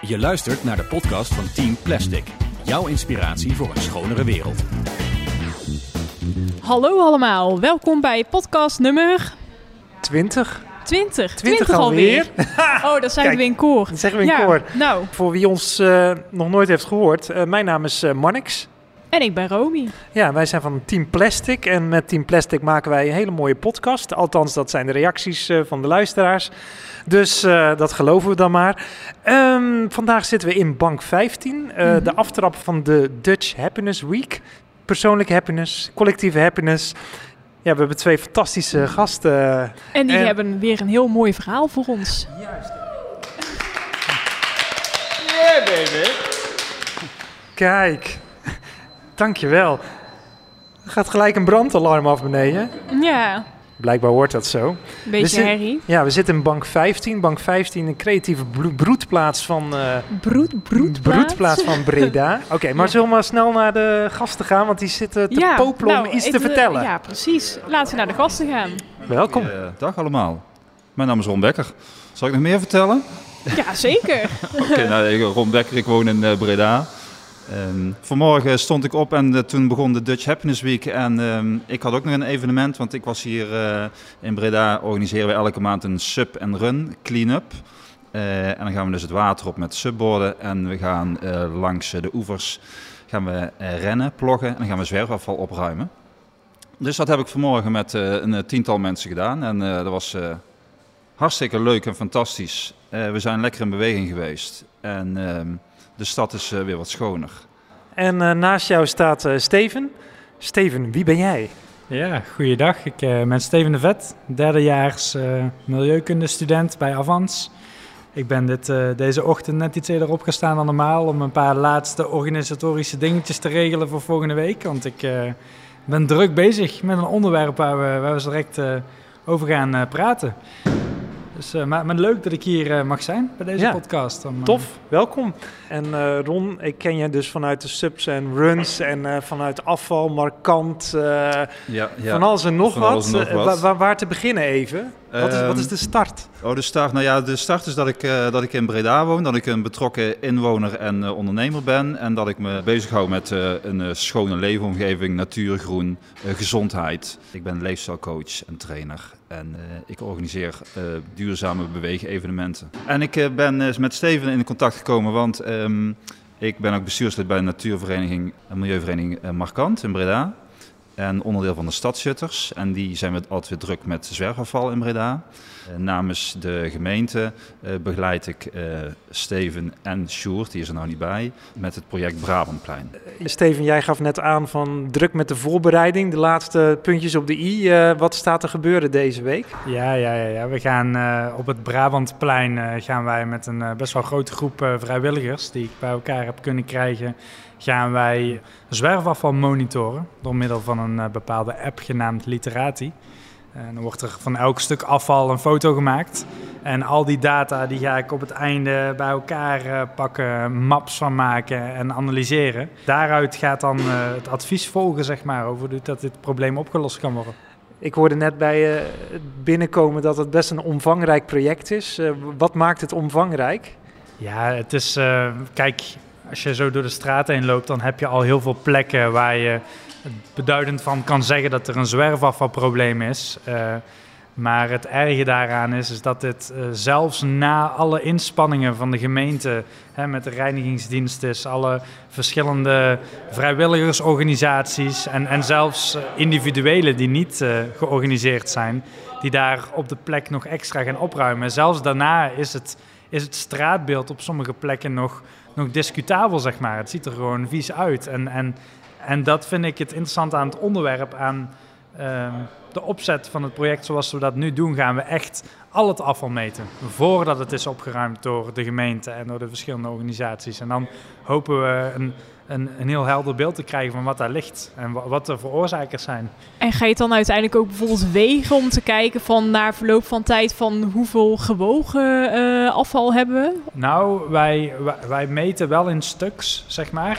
Je luistert naar de podcast van Team Plastic. Jouw inspiratie voor een schonere wereld. Hallo allemaal, welkom bij podcast nummer 20 alweer. Oh, dat zijn we in koor. Dat zeggen we in koor. Nou. Voor wie ons nog nooit heeft gehoord, mijn naam is Marnix. En ik ben Romy. Ja, wij zijn van Team Plastic en met Team Plastic maken wij een hele mooie podcast. Althans, dat zijn de reacties van de luisteraars. Dus dat geloven we dan maar. Vandaag zitten we in bank 15, de aftrap van de Dutch Happiness Week. Persoonlijke happiness, collectieve happiness. Ja, we hebben 2 fantastische gasten. En die hebben weer een heel mooi verhaal voor ons. Juist. Yeah, baby. Kijk, dankjewel. Er gaat gelijk een brandalarm af beneden. Ja. Blijkbaar hoort dat zo. Beetje herrie. Ja, we zitten in bank 15. Bank 15, een creatieve broedplaats van... broedplaats van Breda. Oké, maar zullen we maar snel naar de gasten gaan? Want die zitten te popelen om iets te vertellen. Ja, precies. Laten we naar de gasten gaan. Welkom. Dag allemaal. Mijn naam is Ron Becker. Zal ik nog meer vertellen? Ja, zeker. Ron Becker, ik woon in Breda. Vanmorgen stond ik op en toen begon de Dutch Happiness Week en ik had ook nog een evenement, want ik was hier in Breda, organiseren we elke maand een sub en run clean-up. En dan gaan we dus het water op met subborden en we gaan langs de oevers gaan we rennen, ploggen en dan gaan we zwerfafval opruimen. Dus dat heb ik vanmorgen met een 10-tal mensen gedaan en dat was hartstikke leuk en fantastisch. We zijn lekker in beweging geweest en... de stad is weer wat schoner. En naast jou staat Steven. Steven, wie ben jij? Ja, goeiedag. Ik ben Steven de Vet, derdejaars milieukundestudent bij Avans. Ik ben deze ochtend net iets eerder opgestaan dan normaal om een paar laatste organisatorische dingetjes te regelen voor volgende week. Want ik ben druk bezig met een onderwerp waar we zo direct over gaan praten. Dus, maar leuk dat ik hier mag zijn bij deze podcast. Tof, welkom. En Ron, ik ken je dus vanuit de subs en runs en vanuit afval, markant, van alles en nog wat. Waar te beginnen even? Wat is de start? De start? Nou ja, de start is dat ik in Breda woon, dat ik een betrokken inwoner en ondernemer ben en dat ik me bezighoud met een schone leefomgeving, natuur, groen, gezondheid. Ik ben leefstijlcoach en trainer en ik organiseer duurzame beweegevenementen. En ik ben met Steven in contact gekomen, want ik ben ook bestuurslid bij de natuurvereniging en milieuvereniging Markant in Breda. En onderdeel van de Stadsjutters. En die zijn altijd weer druk met zwerfafval in Breda. Namens de gemeente begeleid ik Steven en Sjoerd, die is er nou niet bij, met het project Brabantplein. Steven, jij gaf net aan van druk met de voorbereiding, de laatste puntjes op de i. Wat staat er gebeuren deze week? Ja. We gaan op het Brabantplein gaan wij met een best wel grote groep vrijwilligers die ik bij elkaar heb kunnen krijgen, gaan wij zwerfafval monitoren door middel van een bepaalde app genaamd Literati. En dan wordt er van elk stuk afval een foto gemaakt. En al die data die ga ik op het einde bij elkaar pakken, maps van maken en analyseren. Daaruit gaat dan het advies volgen, zeg maar, over dat dit probleem opgelost kan worden. Ik hoorde net bij het binnenkomen dat het best een omvangrijk project is. Wat maakt het omvangrijk? Ja, het is... kijk, als je zo door de straat heen loopt, dan heb je al heel veel plekken waar je beduidend van kan zeggen dat er een zwerfafvalprobleem is. Maar het erge daaraan is dat dit zelfs na alle inspanningen van de gemeente, met de reinigingsdiensten, alle verschillende vrijwilligersorganisaties en zelfs individuelen die niet georganiseerd zijn, die daar op de plek nog extra gaan opruimen. Zelfs daarna is het straatbeeld op sommige plekken nog discutabel, zeg maar. Het ziet er gewoon vies uit. En dat vind ik het interessante aan het onderwerp, aan de opzet van het project zoals we dat nu doen, gaan we echt al het afval meten voordat het is opgeruimd door de gemeente en door de verschillende organisaties. En dan hopen we een heel helder beeld te krijgen van wat daar ligt en wat de veroorzakers zijn. En ga je het dan uiteindelijk ook bijvoorbeeld wegen om te kijken van na verloop van tijd van hoeveel gewogen afval hebben we? Nou, wij meten wel in stuks, zeg maar,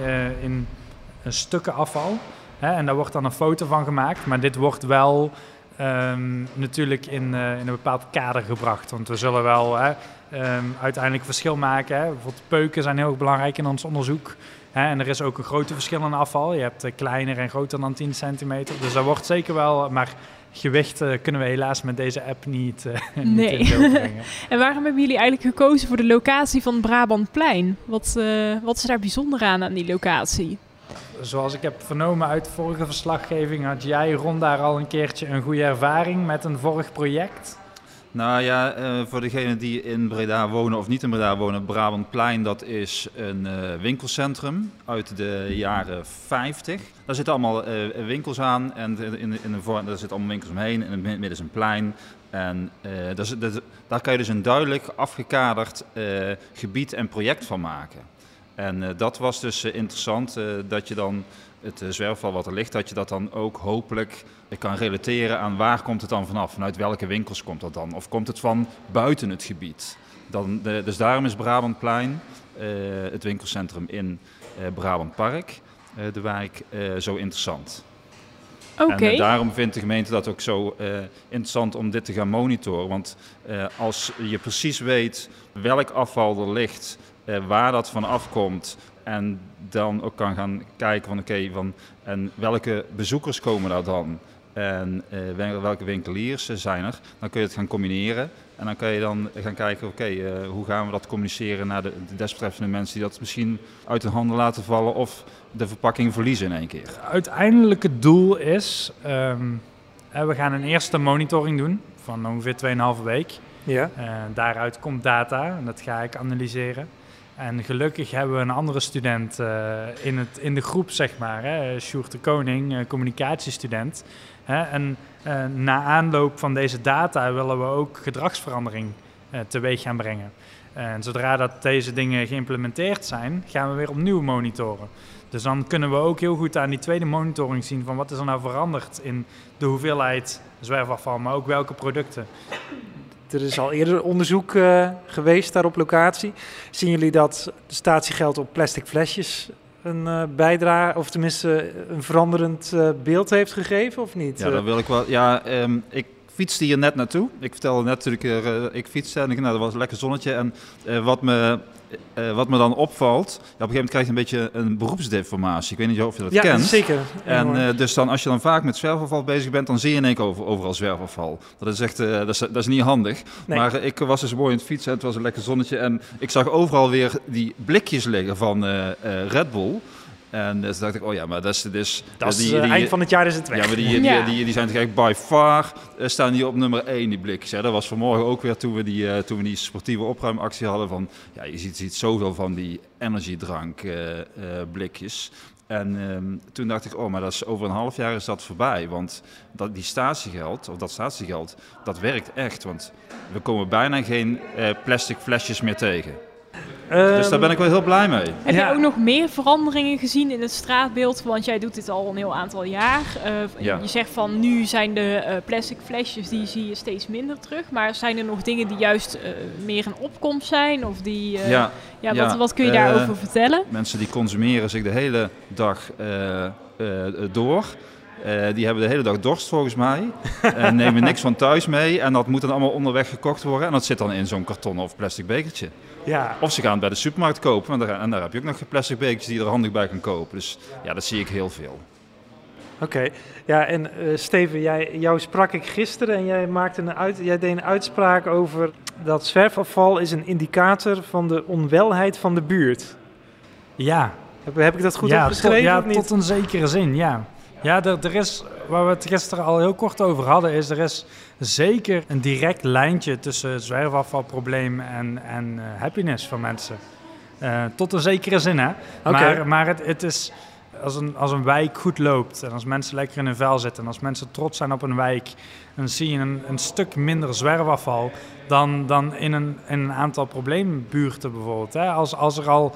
in stukken afval. En daar wordt dan een foto van gemaakt, maar dit wordt wel natuurlijk in een bepaald kader gebracht. Want we zullen wel uiteindelijk verschil maken. Hè. Bijvoorbeeld peuken zijn heel erg belangrijk in ons onderzoek. Hè. En er is ook een grote verschil in afval. Je hebt kleiner en groter dan 10 centimeter. Dus dat wordt zeker wel... Maar gewicht kunnen we helaas met deze app niet in beeld brengen. En waarom hebben jullie eigenlijk gekozen voor de locatie van Brabantplein? Wat is daar bijzonder aan die locatie? Zoals ik heb vernomen uit de vorige verslaggeving, had jij, Ron, daar al een keertje een goede ervaring met een vorig project? Nou ja, voor degenen die in Breda wonen of niet in Breda wonen, Brabantplein, dat is een winkelcentrum uit de jaren 50. Daar zitten allemaal winkels aan en daar zitten allemaal winkels omheen. In het midden is een plein. En daar kan je dus een duidelijk afgekaderd gebied en project van maken. En dat was dus interessant, dat je dan het zwerfafval wat er ligt, dat je dat dan ook hopelijk kan relateren aan waar komt het dan vanaf, vanuit welke winkels komt dat dan, of komt het van buiten het gebied. Dus daarom is Brabantplein, het winkelcentrum in Brabantpark, de wijk, zo interessant. Okay. En daarom vindt de gemeente dat ook zo interessant om dit te gaan monitoren, want als je precies weet welk afval er ligt, waar dat van afkomt en dan ook kan gaan kijken van en welke bezoekers komen daar dan en welke winkeliers zijn er, dan kun je het gaan combineren en dan kan je dan gaan kijken hoe gaan we dat communiceren naar de desbetreffende mensen die dat misschien uit hun handen laten vallen of de verpakking verliezen in één keer. Uiteindelijk het doel is, we gaan een eerste monitoring doen van ongeveer 2,5 week. Ja. Daaruit komt data en dat ga ik analyseren. En gelukkig hebben we een andere student in de groep, zeg maar, Sjoerd de Koning, communicatiestudent. En na aanloop van deze data willen we ook gedragsverandering teweeg gaan brengen. En zodra dat deze dingen geïmplementeerd zijn, gaan we weer opnieuw monitoren. Dus dan kunnen we ook heel goed aan die tweede monitoring zien van wat is er nou veranderd in de hoeveelheid zwerfafval, maar ook welke producten. Er is al eerder onderzoek geweest daar op locatie. Zien jullie dat de statiegeld op plastic flesjes een bijdrage, of tenminste een veranderend beeld heeft gegeven, of niet? Ja, dat wil ik wel. Ja, ik fietste hier net naartoe. Ik vertelde net natuurlijk, ik fietste en dat was een lekker zonnetje. En wat me dan opvalt, op een gegeven moment krijg je een beetje een beroepsdeformatie. Ik weet niet of je dat kent. Ja, zeker. En dus dan, als je dan vaak met zwerfafval bezig bent, dan zie je in één keer overal zwerfafval. Dat is echt, dat is niet handig. Nee. Maar ik was dus mooi in het fietsen, het was een lekker zonnetje. En ik zag overal weer die blikjes liggen van Red Bull. En dus dacht ik, oh ja, maar dat is eind van het jaar is het weg. Ja, maar die zijn toch echt by far staan die op nummer 1, die blikjes. Hè. Dat was vanmorgen ook weer toen we die sportieve opruimactie hadden van, ja, je ziet zoveel van die energiedrank blikjes. En toen dacht ik, oh, maar dat is over een half jaar is dat voorbij. Want dat statiegeld, dat werkt echt. Want we komen bijna geen plastic flesjes meer tegen. Dus daar ben ik wel heel blij mee. Heb je ook nog meer veranderingen gezien in het straatbeeld? Want jij doet dit al een heel aantal jaar. Je zegt van nu zijn de plastic flesjes, die zie je steeds minder terug. Maar zijn er nog dingen die juist meer een opkomst zijn? Of die, wat kun je daarover vertellen? Mensen die consumeren zich de hele dag door. Die hebben de hele dag dorst volgens mij. Nemen niks van thuis mee. En dat moet dan allemaal onderweg gekocht worden. En dat zit dan in zo'n karton of plastic bekertje. Ja. Of ze gaan het bij de supermarkt kopen. En daar heb je ook nog plastic bekertjes die je er handig bij kan kopen. Dus ja, dat zie ik heel veel. Oké. Ja, en Steven, jou sprak ik gisteren en jij deed een uitspraak over dat zwerfafval is een indicator van de onwelheid van de buurt. Ja. Heb ik dat goed opgeschreven of niet? Tot een zekere zin, ja. Ja, er is, waar we het gisteren al heel kort over hadden, er is zeker een direct lijntje tussen het zwerfafvalprobleem en happiness van mensen. Tot een zekere zin, hè. Okay. Maar het is, als een wijk goed loopt en als mensen lekker in hun vel zitten en als mensen trots zijn op een wijk, dan zie je een stuk minder zwerfafval dan in een aantal probleembuurten bijvoorbeeld. Hè. Als er al...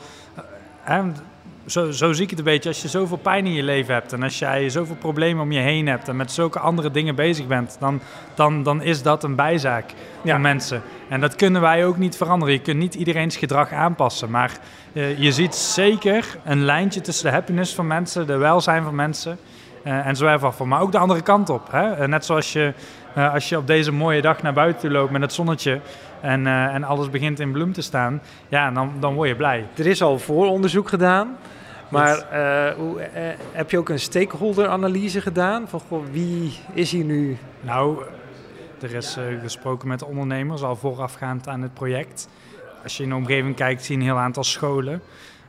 Zo zie ik het een beetje. Als je zoveel pijn in je leven hebt en als jij zoveel problemen om je heen hebt en met zulke andere dingen bezig bent, dan is dat een bijzaak van mensen. En dat kunnen wij ook niet veranderen. Je kunt niet iedereen's gedrag aanpassen. Maar je ziet zeker een lijntje tussen de happiness van mensen, de welzijn van mensen en zwerfafval. Maar ook de andere kant op. Hè? Net zoals als je op deze mooie dag naar buiten toe loopt met het zonnetje en alles begint in bloem te staan, ja, dan word je blij. Er is al vooronderzoek gedaan. Maar heb je ook een stakeholder-analyse gedaan? Van wie is hier nu? Nou, er is gesproken met ondernemers al voorafgaand aan het project. Als je in de omgeving kijkt, zie je een heel aantal scholen.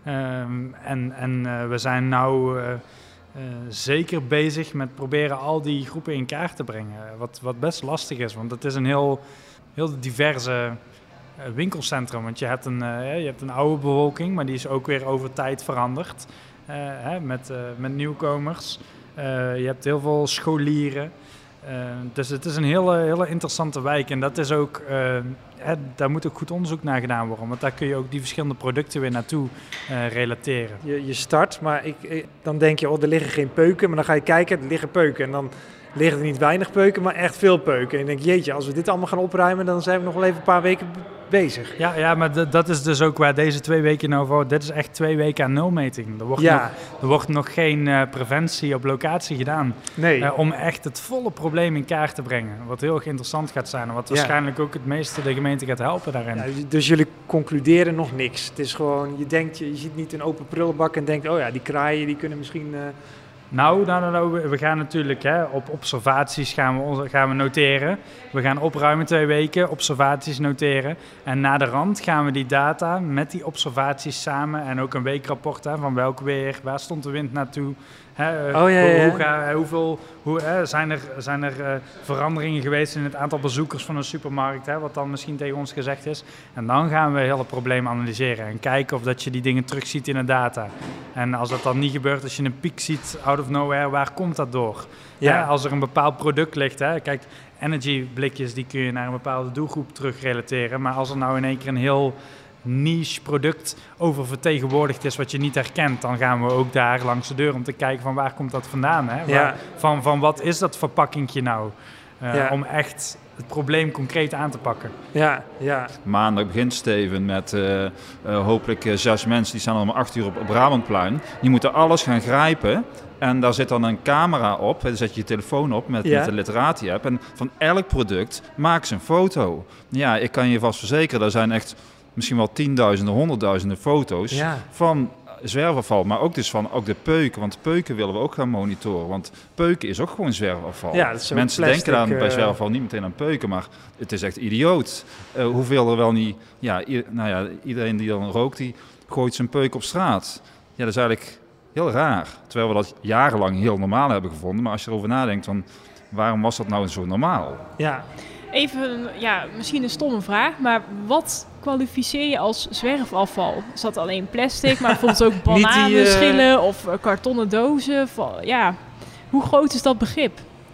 We zijn nou zeker bezig met proberen al die groepen in kaart te brengen. Wat best lastig is, want het is een heel diverse winkelcentrum. Want je hebt een oude bevolking, maar die is ook weer over tijd veranderd. Met nieuwkomers. Je hebt heel veel scholieren. Dus het is een hele interessante wijk. En dat is ook, daar moet ook goed onderzoek naar gedaan worden. Want daar kun je ook die verschillende producten weer naartoe relateren. Je start, maar dan denk je, er liggen geen peuken. Maar dan ga je kijken, er liggen peuken. En dan liggen er niet weinig peuken, maar echt veel peuken. En ik denk, jeetje, als we dit allemaal gaan opruimen, dan zijn we nog wel even een paar weken bezig. Ja, maar dat is dus ook waar deze 2 weken nou voor. Dit is echt 2 weken aan nulmeting. Er wordt nog geen preventie op locatie gedaan. Nee. Om echt het volle probleem in kaart te brengen. Wat heel erg interessant gaat zijn. En wat waarschijnlijk ook het meeste de gemeente gaat helpen daarin. Ja, dus jullie concluderen nog niks. Het is gewoon, je ziet niet een open prullenbak en denkt, oh ja, die kraaien die kunnen misschien... Nou, we gaan natuurlijk op observaties gaan we noteren. We gaan opruimen 2 weken, observaties noteren. En na de rand gaan we die data met die observaties samen en ook een weekrapport van welk weer, waar stond de wind naartoe. Zijn er veranderingen geweest in het aantal bezoekers van een supermarkt, wat dan misschien tegen ons gezegd is. En dan gaan we heel het probleem analyseren en kijken of dat je die dingen terugziet in de data. En als dat dan niet gebeurt, als je een piek ziet out of nowhere, waar komt dat door? Ja. Als er een bepaald product ligt, kijk, energy blikjes die kun je naar een bepaalde doelgroep terugrelateren. Maar als er nou in één keer een heel niche product oververtegenwoordigd is wat je niet herkent, dan gaan we ook daar langs de deur om te kijken van waar komt dat vandaan. Van wat is dat verpakkingje nou? Om echt het probleem concreet aan te pakken. Ja. Maandag begint Steven met hopelijk 6 mensen die staan om 8 uur op Brabantplein. Die moeten alles gaan grijpen. En daar zit dan een camera op. Dan zet je je telefoon op met de Literati-app. En van elk product maak ze een foto. Ja, ik kan je vast verzekeren, daar zijn echt misschien wel 10.000, 100.000 foto's van zwerfafval, maar ook dus van de peuken. Want peuken willen we ook gaan monitoren. Want peuken is ook gewoon zwerfafval. Ja, mensen plastic, denken dan bij zwerfafval niet meteen aan peuken, maar het is echt idioot. Hoeveel er wel niet... iedereen die dan rookt, die gooit zijn peuk op straat. Ja, dat is eigenlijk heel raar. Terwijl we dat jarenlang heel normaal hebben gevonden. Maar als je erover nadenkt, van waarom was dat nou zo normaal? Ja. Even, misschien een stomme vraag, maar wat kwalificeer je als zwerfafval? Is dat alleen plastic, maar bijvoorbeeld ook bananenschillen of kartonnen dozen? Hoe groot is dat begrip?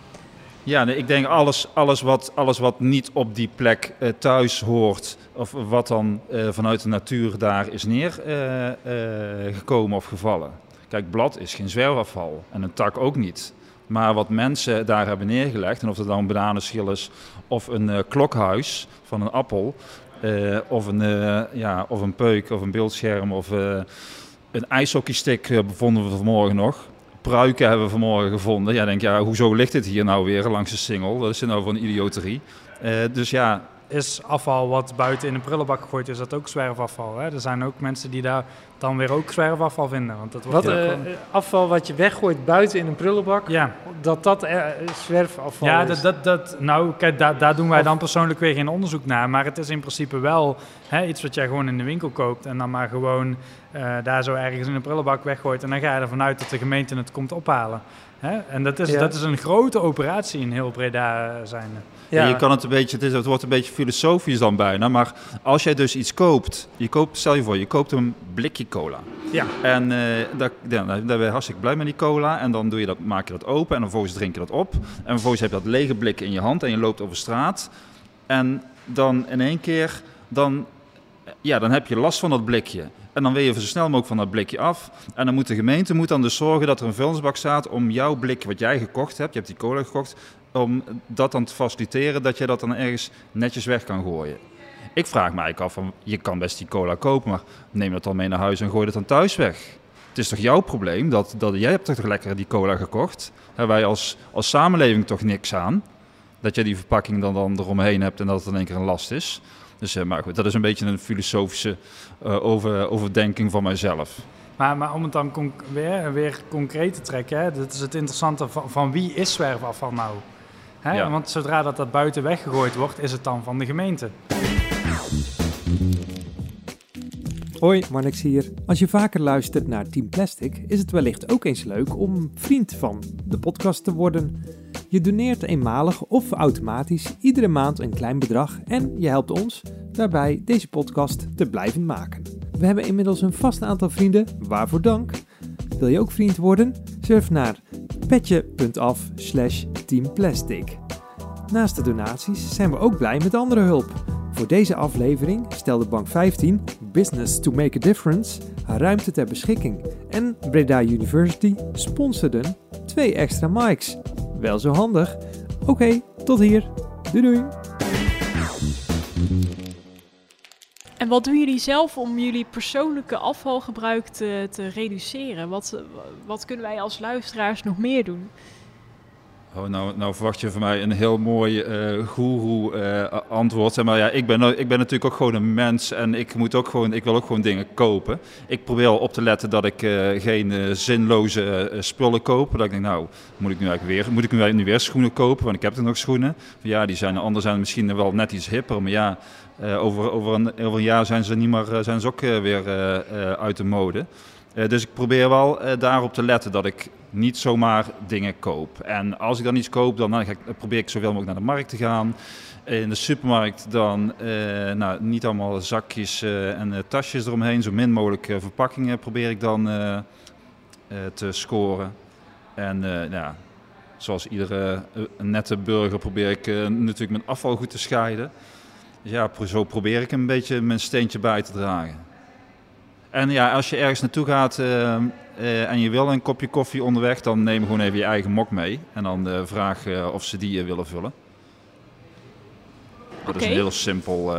Ja, ik denk alles wat niet op die plek thuis hoort, of wat dan vanuit de natuur daar is neergekomen of gevallen. Kijk, blad is geen zwerfafval en een tak ook niet. Maar wat mensen daar hebben neergelegd, en of het dan een bananenschil is of een klokhuis van een appel, of een peuk of een beeldscherm of een ijshockeystick bevonden we vanmorgen nog. Pruiken hebben we vanmorgen gevonden. Ja, denk hoezo ligt dit hier nou weer langs de singel? Dat is nou voor een idioterie. Is afval wat buiten in een prullenbak gegooid is, dat ook zwerfafval? Hè? Er zijn ook mensen die daar dan weer ook zwerfafval vinden. Want dat wordt afval wat je weggooit buiten in een prullenbak, dat zwerfafval is? Kijk, daar doen wij dan persoonlijk weer geen onderzoek naar. Maar het is in principe wel iets wat jij gewoon in de winkel koopt en dan maar gewoon daar zo ergens in een prullenbak weggooit. En dan ga je ervan uit dat de gemeente het komt ophalen. En dat is een grote operatie in heel Breda zijnde. Ja. Je kan het wordt een beetje filosofisch dan bijna, maar als jij dus iets koopt, stel je voor, je koopt een blikje cola. Ja. En daar ben je hartstikke blij met die cola en dan maak je dat open en dan vervolgens drink je dat op. En vervolgens heb je dat lege blik in je hand en je loopt over straat. En dan in één keer, dan heb je last van dat blikje. En dan wil je zo snel mogelijk van dat blikje af. En dan moet de gemeente dan dus zorgen dat er een vuilnisbak staat om jouw blikje wat jij gekocht hebt, je hebt die cola gekocht, om dat dan te faciliteren dat je dat dan ergens netjes weg kan gooien. Ik vraag me eigenlijk af, je kan best die cola kopen, maar neem dat dan mee naar huis en gooi dat dan thuis weg. Het is toch jouw probleem, dat jij hebt toch lekker die cola gekocht. Hebben wij als samenleving toch niks aan. Dat jij die verpakking dan eromheen hebt en dat het in één keer een last is. Dus maar goed, dat is een beetje een filosofische overdenking van mijzelf. Maar om het dan weer concreet te trekken, hè, dat is het interessante van wie is zwerfafval nou? Hè? Ja. Want zodra dat buiten weggegooid wordt, is het dan van de gemeente. Hoi, Marnix hier. Als je vaker luistert naar Team Plastic, is het wellicht ook eens leuk om vriend van de podcast te worden. Je doneert eenmalig of automatisch iedere maand een klein bedrag en je helpt ons daarbij deze podcast te blijven maken. We hebben inmiddels een vast aantal vrienden, waarvoor dank. Wil je ook vriend worden? Surf naar petje.af/teamplastic. Naast de donaties zijn we ook blij met andere hulp. Voor deze aflevering stelde Bank 15, Business to Make a Difference, haar ruimte ter beschikking. En Breda University sponsorden 2 extra mics. Wel zo handig. Oké, tot hier. Doei. En wat doen jullie zelf om jullie persoonlijke afvalgebruik te reduceren? Wat kunnen wij als luisteraars nog meer doen? Oh, nou verwacht je van mij een heel mooi goeroe-antwoord. Maar ja, ik ben natuurlijk ook gewoon een mens en ik wil ook gewoon dingen kopen. Ik probeer al op te letten dat ik geen zinloze spullen koop. Dat ik denk, nou, moet ik nu weer schoenen kopen? Want ik heb er nog schoenen. Ja, die zijn misschien wel net iets hipper, maar ja, over een jaar zijn ze ook weer uit de mode. Dus ik probeer wel daarop te letten dat ik niet zomaar dingen koop. En als ik dan iets koop, dan probeer ik zoveel mogelijk naar de markt te gaan. In de supermarkt dan niet allemaal zakjes en tasjes eromheen. Zo min mogelijk verpakkingen probeer ik dan te scoren. En zoals iedere nette burger probeer ik natuurlijk mijn afval goed te scheiden. Dus ja, zo probeer ik een beetje mijn steentje bij te dragen. En ja, als je ergens naartoe gaat en je wil een kopje koffie onderweg, dan neem gewoon even je eigen mok mee. En dan vraag of ze die willen vullen. Dat is een heel simpel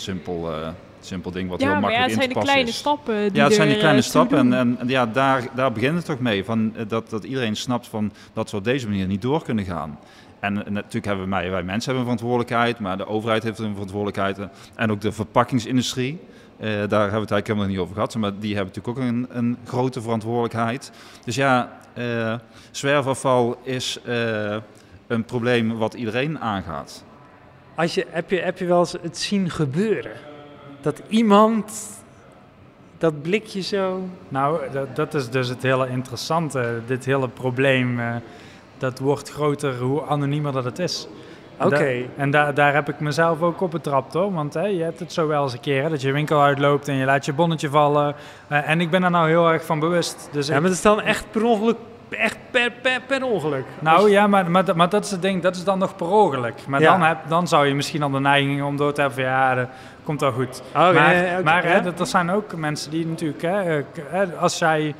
ding wat heel makkelijk in te passen is. Ja, maar het zijn de kleine stappen die het zijn die kleine stappen. En ja, daar begint het toch mee. Dat iedereen snapt dat we op deze manier niet door kunnen gaan. En natuurlijk hebben wij mensen hebben een verantwoordelijkheid, maar de overheid heeft een verantwoordelijkheid. En ook de verpakkingsindustrie. Daar hebben we het eigenlijk helemaal niet over gehad. Maar die hebben natuurlijk ook een grote verantwoordelijkheid. Dus ja, zwerfafval is een probleem wat iedereen aangaat. Heb je wel eens het zien gebeuren? Dat iemand dat blikje zo... Nou, dat is dus het hele interessante. Dit hele probleem, dat wordt groter hoe anoniemer dat het is. Oké. En daar heb ik mezelf ook op betrapt hoor. Want je hebt het zo wel eens een keer dat je winkel uitloopt en je laat je bonnetje vallen. En ik ben daar nou heel erg van bewust. Dus maar het is dan echt per ongeluk, echt per ongeluk? Nou ja, maar dat is het ding, dat is dan nog per ongeluk. Maar dan zou je misschien al de neiging om door te hebben van ja, dat komt wel goed. Maar er zijn ook mensen die natuurlijk, als jij...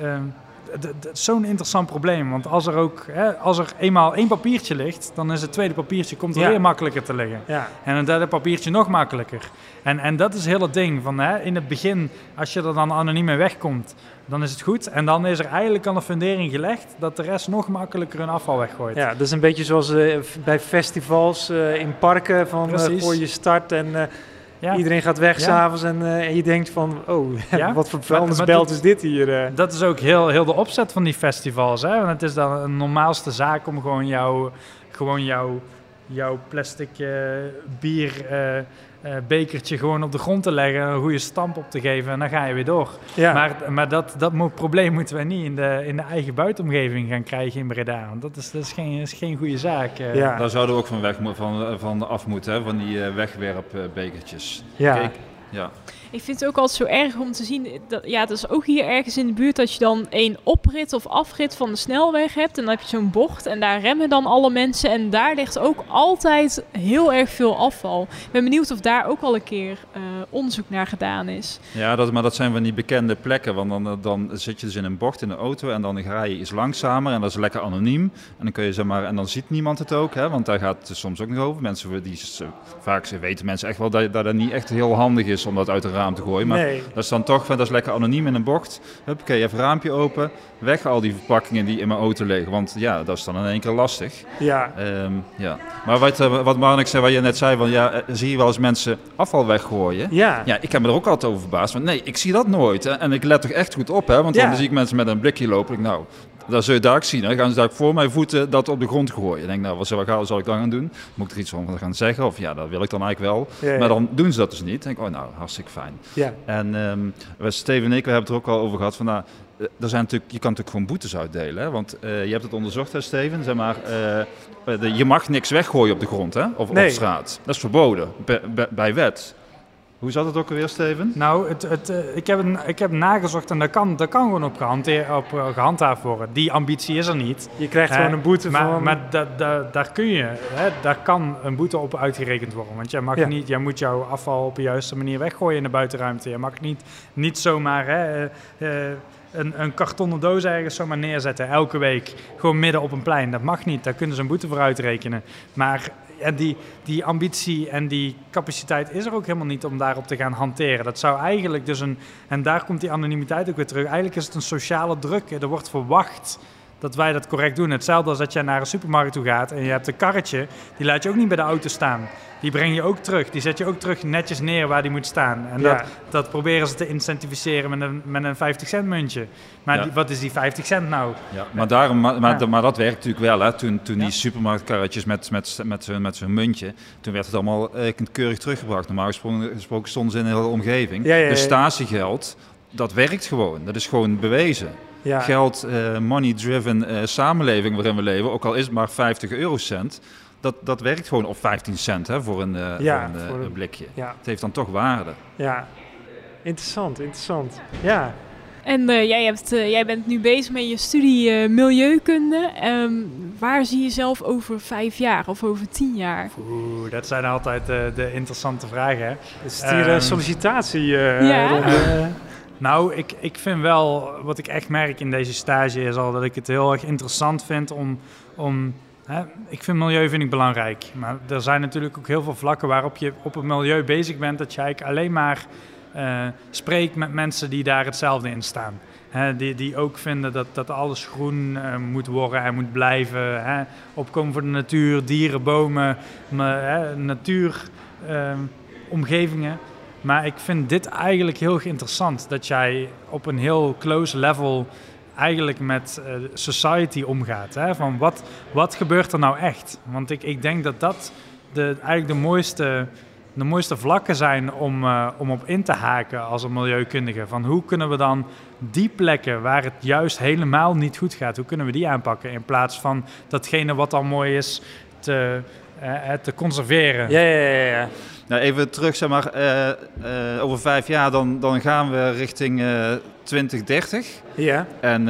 zo'n interessant probleem, want als er eenmaal 1 papiertje ligt, dan is het tweede papiertje komt er weer makkelijker te liggen. Ja. En een derde papiertje nog makkelijker. En dat is heel het ding van in het begin, als je er dan anoniem mee wegkomt, dan is het goed. En dan is er eigenlijk al een fundering gelegd dat de rest nog makkelijker hun afval weggooit. Ja, dat is een beetje zoals bij festivals in parken voor je start en... Ja. Iedereen gaat weg s'avonds en je denkt van, wat voor vuilnisbelt is dit hier? Dat is ook heel de opzet van die festivals. Hè? Want het is dan een normaalste zaak om gewoon jouw plastic bierbekertje gewoon op de grond te leggen, een goede stamp op te geven en dan ga je weer door. Ja. Maar dat probleem moeten we niet in de eigen buitenomgeving gaan krijgen in Breda. Want dat is geen goede zaak. Ja. Daar zouden we ook van af moeten, hè? Van die wegwerpbekertjes. Ja. Kijk, ja. Ik vind het ook altijd zo erg om te zien, dat is ook hier ergens in de buurt dat je dan 1 oprit of afrit van de snelweg hebt. En dan heb je zo'n bocht en daar remmen dan alle mensen en daar ligt ook altijd heel erg veel afval. Ik ben benieuwd of daar ook al een keer onderzoek naar gedaan is. Ja, maar dat zijn van die bekende plekken, want dan zit je dus in een bocht in de auto en dan ga je iets langzamer en dat is lekker anoniem. En dan kun je en dan ziet niemand het ook, hè, want daar gaat het soms ook nog over. Mensen weten echt wel dat niet echt heel handig is is om dat uit een raam te gooien. Maar dat is dan toch, dat is lekker anoniem in een bocht. Huppakee, even raampje open, weg al die verpakkingen die in mijn auto liggen. Want ja, dat is dan in één keer lastig. Ja. Maar wat Marnik zei, wat je net zei, van, zie je wel eens mensen afval weggooien? Ja. Ja, ik heb me er ook altijd over verbaasd. Want nee, ik zie dat nooit. Hè. En ik let toch echt goed op, hè, want dan zie ik mensen met een blikje lopen. Dat zul je daar ook zien. Hè. Dan gaan ze daar voor mijn voeten dat op de grond gooien. Ik denk, wat zal ik dan gaan doen? Moet ik er iets van gaan zeggen? Of dat wil ik dan eigenlijk wel. Ja. Maar dan doen ze dat dus niet. Dan denk ik, hartstikke fijn. Ja. En Steven en ik, we hebben het er ook al over gehad. Van, er zijn natuurlijk, je kan natuurlijk gewoon boetes uitdelen. Hè? Want je hebt het onderzocht, hè, Steven. Zeg maar, je mag niks weggooien op de grond, hè? Of op straat. Dat is verboden, bij wet. Hoe zat het ook alweer, Steven? Nou, ik heb nagezocht en dat kan gewoon op gehandhaafd worden. Die ambitie is er niet. Je krijgt gewoon een boete van... Maar daar kan een boete op uitgerekend worden. Want jij moet jouw afval op de juiste manier weggooien in de buitenruimte. Je mag niet zomaar een kartonnen doos ergens zomaar neerzetten elke week. Gewoon midden op een plein. Dat mag niet. Daar kunnen ze een boete voor uitrekenen. Maar... En die ambitie en die capaciteit is er ook helemaal niet om daarop te gaan hanteren. Dat zou eigenlijk dus en daar komt die anonimiteit ook weer terug. Eigenlijk is het een sociale druk. Er wordt verwacht dat wij dat correct doen. Hetzelfde als dat jij naar een supermarkt toe gaat en je hebt een karretje. Die laat je ook niet bij de auto staan. Die breng je ook terug. Die zet je ook terug netjes neer waar die moet staan. En dat proberen ze te incentiviseren met een 50 cent muntje. Maar wat is die 50 cent nou? Ja, maar dat werkt natuurlijk wel. Hè. Toen die supermarktkarretjes met zo'n muntje, toen werd het allemaal keurig teruggebracht. Normaal gesproken stonden ze in de hele omgeving. Dus statiegeld, dat werkt gewoon. Dat is gewoon bewezen. Ja. Geld, money-driven samenleving waarin we leven, ook al is het maar 50 eurocent... Dat werkt gewoon op 15 cent voor een blikje. Ja. Het heeft dan toch waarde. Ja, interessant. Ja. En jij bent nu bezig met je studie milieukunde. Waar zie je jezelf over 5 jaar of over 10 jaar? Dat zijn altijd de interessante vragen. Hè? Is het hier een sollicitatie? Nou, ik vind wel, wat ik echt merk in deze stage is al dat ik het heel erg interessant vind om ik vind milieu belangrijk, maar er zijn natuurlijk ook heel veel vlakken waarop je op het milieu bezig bent, dat je eigenlijk alleen maar spreekt met mensen die daar hetzelfde in staan. Die ook vinden dat alles groen moet worden en moet blijven. Opkomen voor de natuur, dieren, bomen, natuuromgevingen. Maar ik vind dit eigenlijk heel interessant, dat jij op een heel close level eigenlijk met society omgaat. Hè? Van wat gebeurt er nou echt? Want ik denk dat eigenlijk de mooiste vlakken zijn om op in te haken als een milieukundige. Van hoe kunnen we dan die plekken waar het juist helemaal niet goed gaat, hoe kunnen we die aanpakken? In plaats van datgene wat al mooi is te conserveren. Ja. Nou, even terug, zeg maar, over 5 jaar dan gaan we richting 2030. Ja. En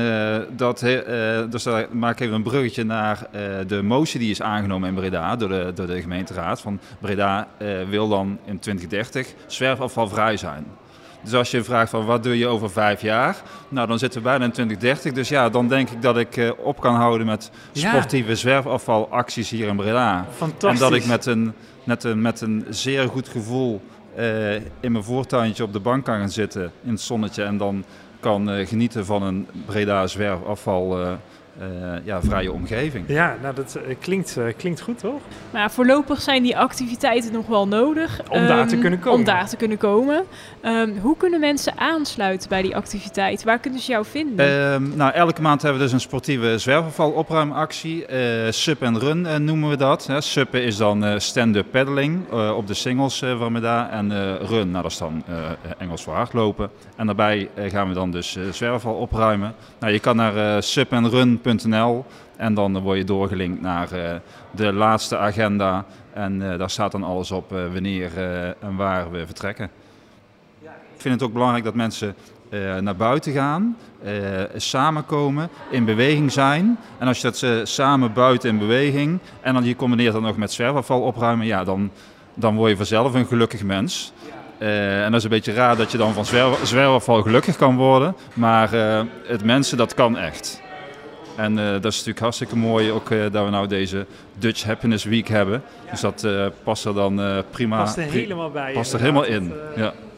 dus daar maak ik even een bruggetje naar de motie die is aangenomen in Breda door de gemeenteraad. Van Breda wil dan in 2030 zwerfafvalvrij zijn. Dus als je vraagt van wat doe je over 5 jaar, nou dan zitten we bijna in 2030. Dus ja, dan denk ik dat ik op kan houden met sportieve zwerfafvalacties hier in Breda. Fantastisch. En dat ik met een zeer goed gevoel in mijn voortuintje op de bank kan gaan zitten in het zonnetje en dan kan genieten van een Breda zwerfafval vrije omgeving. Ja, nou dat klinkt goed, toch? Maar voorlopig zijn die activiteiten nog wel nodig. Om daar te kunnen komen. Hoe kunnen mensen aansluiten bij die activiteit? Waar kunnen ze jou vinden? Elke maand hebben we dus een sportieve zwerfafvalopruimactie. Sup en Run noemen we dat. Suppen is dan stand-up paddling op de singles van Breda. En Run, dat is dan Engels voor hardlopen. En daarbij gaan we dan dus zwerfafval opruimen. Nou, je kan naar supenrun.nl en dan word je doorgelinkt naar de laatste agenda. En daar staat dan alles op wanneer en waar we vertrekken. Ik vind het ook belangrijk dat mensen naar buiten gaan, samenkomen, in beweging zijn. En als je dat samen buiten in beweging en dan je combineert dat nog met zwerfafval opruimen, ja, dan word je vanzelf een gelukkig mens. En dat is een beetje raar dat je dan van zwerfafval gelukkig kan worden, maar het mensen, dat kan echt. En dat is natuurlijk hartstikke mooi ook dat we nou deze Dutch Happiness Week hebben. Dus dat past er dan prima. Past er helemaal bij. Past er helemaal in, ja.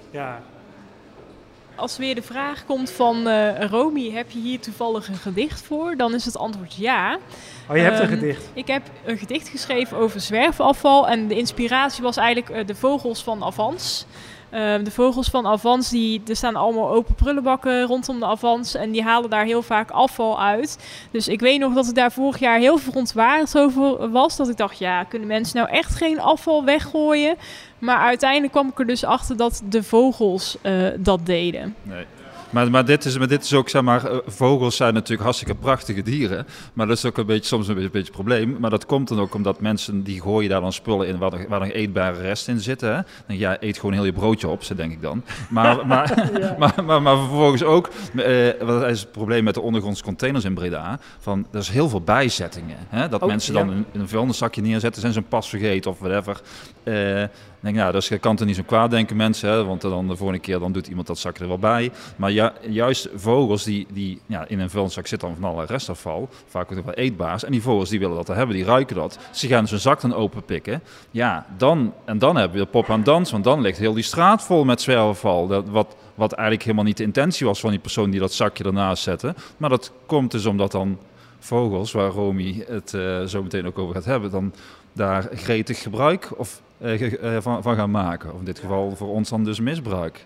Ja. Als weer de vraag komt van Romy, heb je hier toevallig een gedicht voor? Dan is het antwoord ja. Oh, je hebt een gedicht? Ik heb een gedicht geschreven over zwerfafval. En de inspiratie was eigenlijk de vogels van Avans. De vogels van Avans, er staan allemaal open prullenbakken rondom de Avans. En die halen daar heel vaak afval uit. Dus ik weet nog dat ik daar vorig jaar heel verontwaardigd over was. Dat ik dacht, ja, kunnen mensen nou echt geen afval weggooien? Maar uiteindelijk kwam ik er dus achter dat de vogels dat deden. Nee. Maar dit is ook, zeg maar, vogels zijn natuurlijk hartstikke prachtige dieren. Maar dat is ook soms een beetje een probleem. Maar dat komt dan ook omdat mensen die gooien daar dan spullen in waar nog eetbare resten in zitten. Hè? Dan, ja, eet gewoon heel je broodje op, zo denk ik dan. Maar vervolgens ook, wat is het probleem met de ondergrondse containers in Breda? Er is heel veel bijzettingen. Hè? Dat mensen dan een vuilniszakje neerzetten, zijn ze een pas vergeten of whatever. Ik denk, dus je kan er niet zo kwaad denken, mensen, hè, want dan de volgende keer dan doet iemand dat zakje er wel bij. Maar juist vogels die in een vuilniszak zitten van alle restafval, vaak ook nog wel eetbaars, en die vogels die willen dat hebben, die ruiken dat. Ze gaan zijn zak dan openpikken. Ja, dan hebben we de pop aan dans, want dan ligt heel die straat vol met zwerfafval. Wat eigenlijk helemaal niet de intentie was van die persoon die dat zakje ernaast zette. Maar dat komt dus omdat dan vogels, waar Romy het zo meteen ook over gaat hebben, dan daar gretig gebruik van gaan maken. Of in dit geval voor ons dan dus misbruik.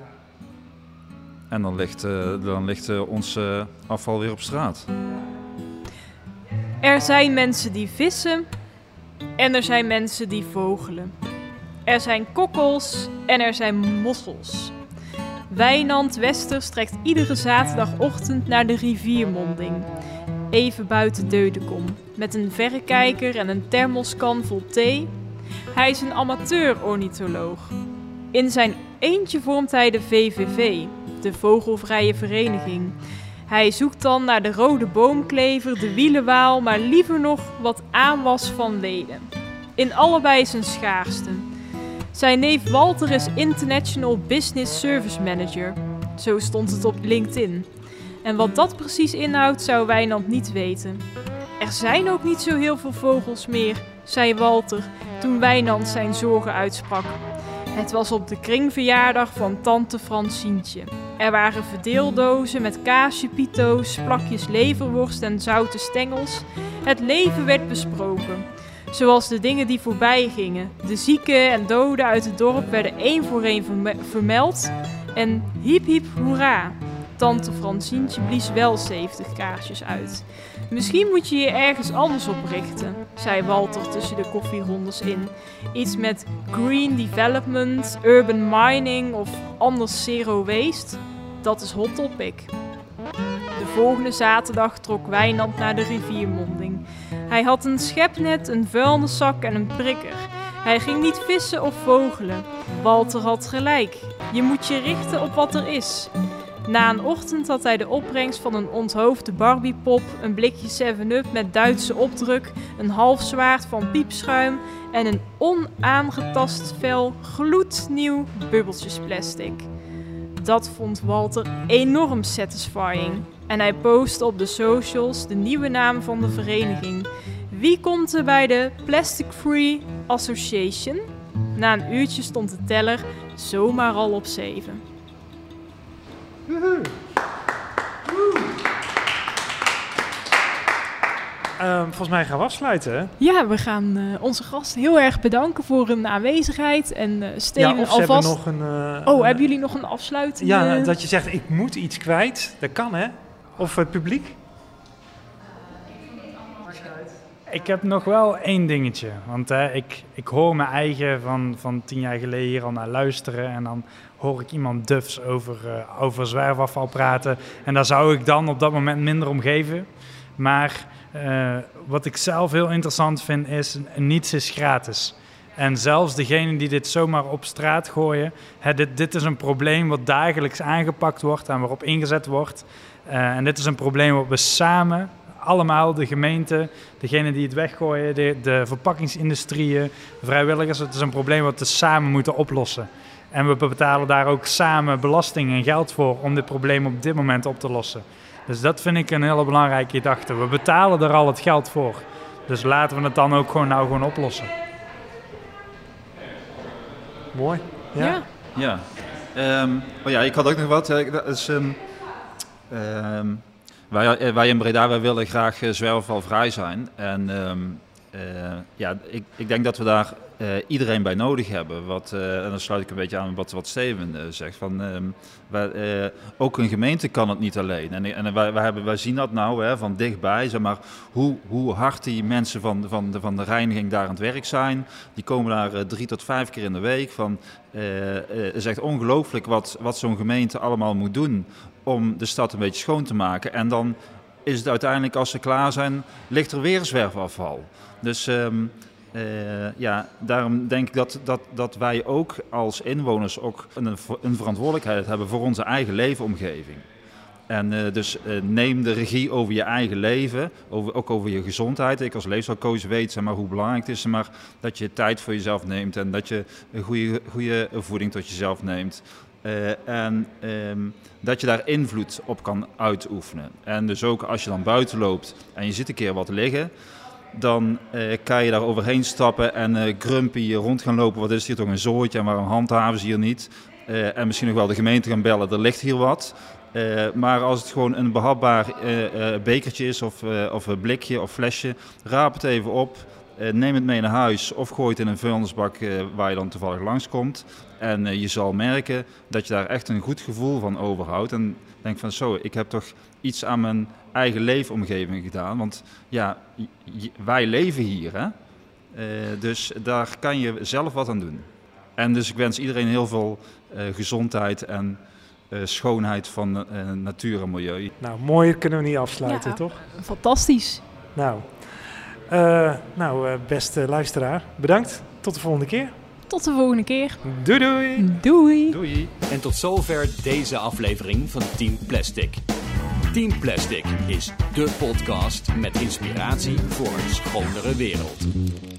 En dan ligt ons afval weer op straat. Er zijn mensen die vissen en er zijn mensen die vogelen. Er zijn kokkels en er zijn mossels. Wijnand Westers trekt iedere zaterdagochtend naar de riviermonding. Even buiten Deudekom, met een verrekijker en een thermoskan vol thee. Hij is een amateur-ornitholoog. In zijn eentje vormt hij de VVV, de Vogelvrije Vereniging. Hij zoekt dan naar de rode boomklever, de wielenwaal, maar liever nog wat aanwas van leden. In allebei zijn schaarste. Zijn neef Walter is International Business Service Manager. Zo stond het op LinkedIn. En wat dat precies inhoudt, zou Wijnand niet weten. Er zijn ook niet zo heel veel vogels meer, zei Walter toen Wijnand zijn zorgen uitsprak. Het was op de kringverjaardag van tante Francientje. Er waren verdeeldozen met kaasje pito's, plakjes leverworst en zoute stengels. Het leven werd besproken. Zoals de dingen die voorbij gingen. De zieken en doden uit het dorp werden één voor één vermeld. En hiep hiep hoera. Tante Francientje blies wel 70 kaarsjes uit. Misschien moet je je ergens anders op richten, zei Walter tussen de koffierondes in. Iets met green development, urban mining of anders zero waste. Dat is hot topic. De volgende zaterdag trok Wijnand naar de riviermonding. Hij had een schepnet, een vuilniszak en een prikker. Hij ging niet vissen of vogelen. Walter had gelijk. Je moet je richten op wat er is. Na een ochtend had hij de opbrengst van een onthoofde Barbiepop, een blikje 7-Up met Duitse opdruk, een half zwaard van piepschuim en een onaangetast vel gloednieuw bubbeltjesplastic. Dat vond Walter enorm satisfying. En hij postte op de socials de nieuwe naam van de vereniging. Wie komt er bij de Plastic Free Association? Na een uurtje stond de teller zomaar al op 7. Volgens mij gaan we afsluiten, hè? Ja, we gaan onze gast heel erg bedanken voor hun aanwezigheid. En Steven alvast... hebben jullie nog een afsluiting? Ja, dat je zegt, ik moet iets kwijt. Dat kan, hè? Of het publiek? Ik heb nog wel één dingetje. Want ik hoor mijn eigen van 10 jaar geleden hier al naar luisteren. En dan hoor ik iemand dufs over zwerfafval praten. En daar zou ik dan op dat moment minder om geven. Maar wat ik zelf heel interessant vind is, niets is gratis. En zelfs degenen die dit zomaar op straat gooien, dit is een probleem wat dagelijks aangepakt wordt en waarop ingezet wordt. En dit is een probleem wat we samen, allemaal, de gemeente, degenen die het weggooien, de verpakkingsindustrieën, vrijwilligers, het is een probleem wat we samen moeten oplossen. En we betalen daar ook samen belasting en geld voor om dit probleem op dit moment op te lossen. Dus dat vind ik een hele belangrijke gedachte. We betalen er al het geld voor. Dus laten we het dan ook gewoon oplossen. Mooi. Ja. Ik had ook nog wat. Dat is, wij in Breda, wij willen graag zwerfvalvrij zijn. En ik denk dat we daar iedereen bij nodig hebben. En dan sluit ik een beetje aan wat Steven zegt. Ook een gemeente kan het niet alleen. En wij zien dat nou van dichtbij. Zeg maar, hoe hard die mensen van de reiniging daar aan het werk zijn. Die komen daar 3 tot 5 keer in de week. Het is echt ongelooflijk wat zo'n gemeente allemaal moet doen om de stad een beetje schoon te maken. En dan is het uiteindelijk, als ze klaar zijn, ligt er weer zwerfafval. Dus daarom denk ik dat wij ook als inwoners ook een verantwoordelijkheid hebben voor onze eigen leefomgeving. En dus neem de regie over je eigen leven, ook over je gezondheid. Ik als leefstijlcoach weet hoe belangrijk het is, maar dat je tijd voor jezelf neemt en dat je een goede voeding tot jezelf neemt. Dat je daar invloed op kan uitoefenen. En dus ook als je dan buiten loopt en je ziet een keer wat liggen, dan kan je daar overheen stappen en grumpy rond gaan lopen. Wat is hier toch een zooitje en waarom handhaven ze hier niet? En misschien nog wel de gemeente gaan bellen, er ligt hier wat. Maar als het gewoon een behapbaar bekertje is of een blikje of flesje, raap het even op. Neem het mee naar huis of gooi het in een vuilnisbak waar je dan toevallig langskomt. En je zal merken dat je daar echt een goed gevoel van overhoudt. En denk van ik heb toch iets aan mijn eigen leefomgeving gedaan. Want wij leven hier, hè? Dus daar kan je zelf wat aan doen. En dus ik wens iedereen heel veel gezondheid en schoonheid van natuur en milieu. Nou, mooier kunnen we niet afsluiten, toch? Fantastisch. Beste luisteraar, bedankt. Tot de volgende keer. Tot de volgende keer. Doei doei. Doei. Doei. En tot zover deze aflevering van Team Plastic. Team Plastic is dé podcast met inspiratie voor een schonere wereld.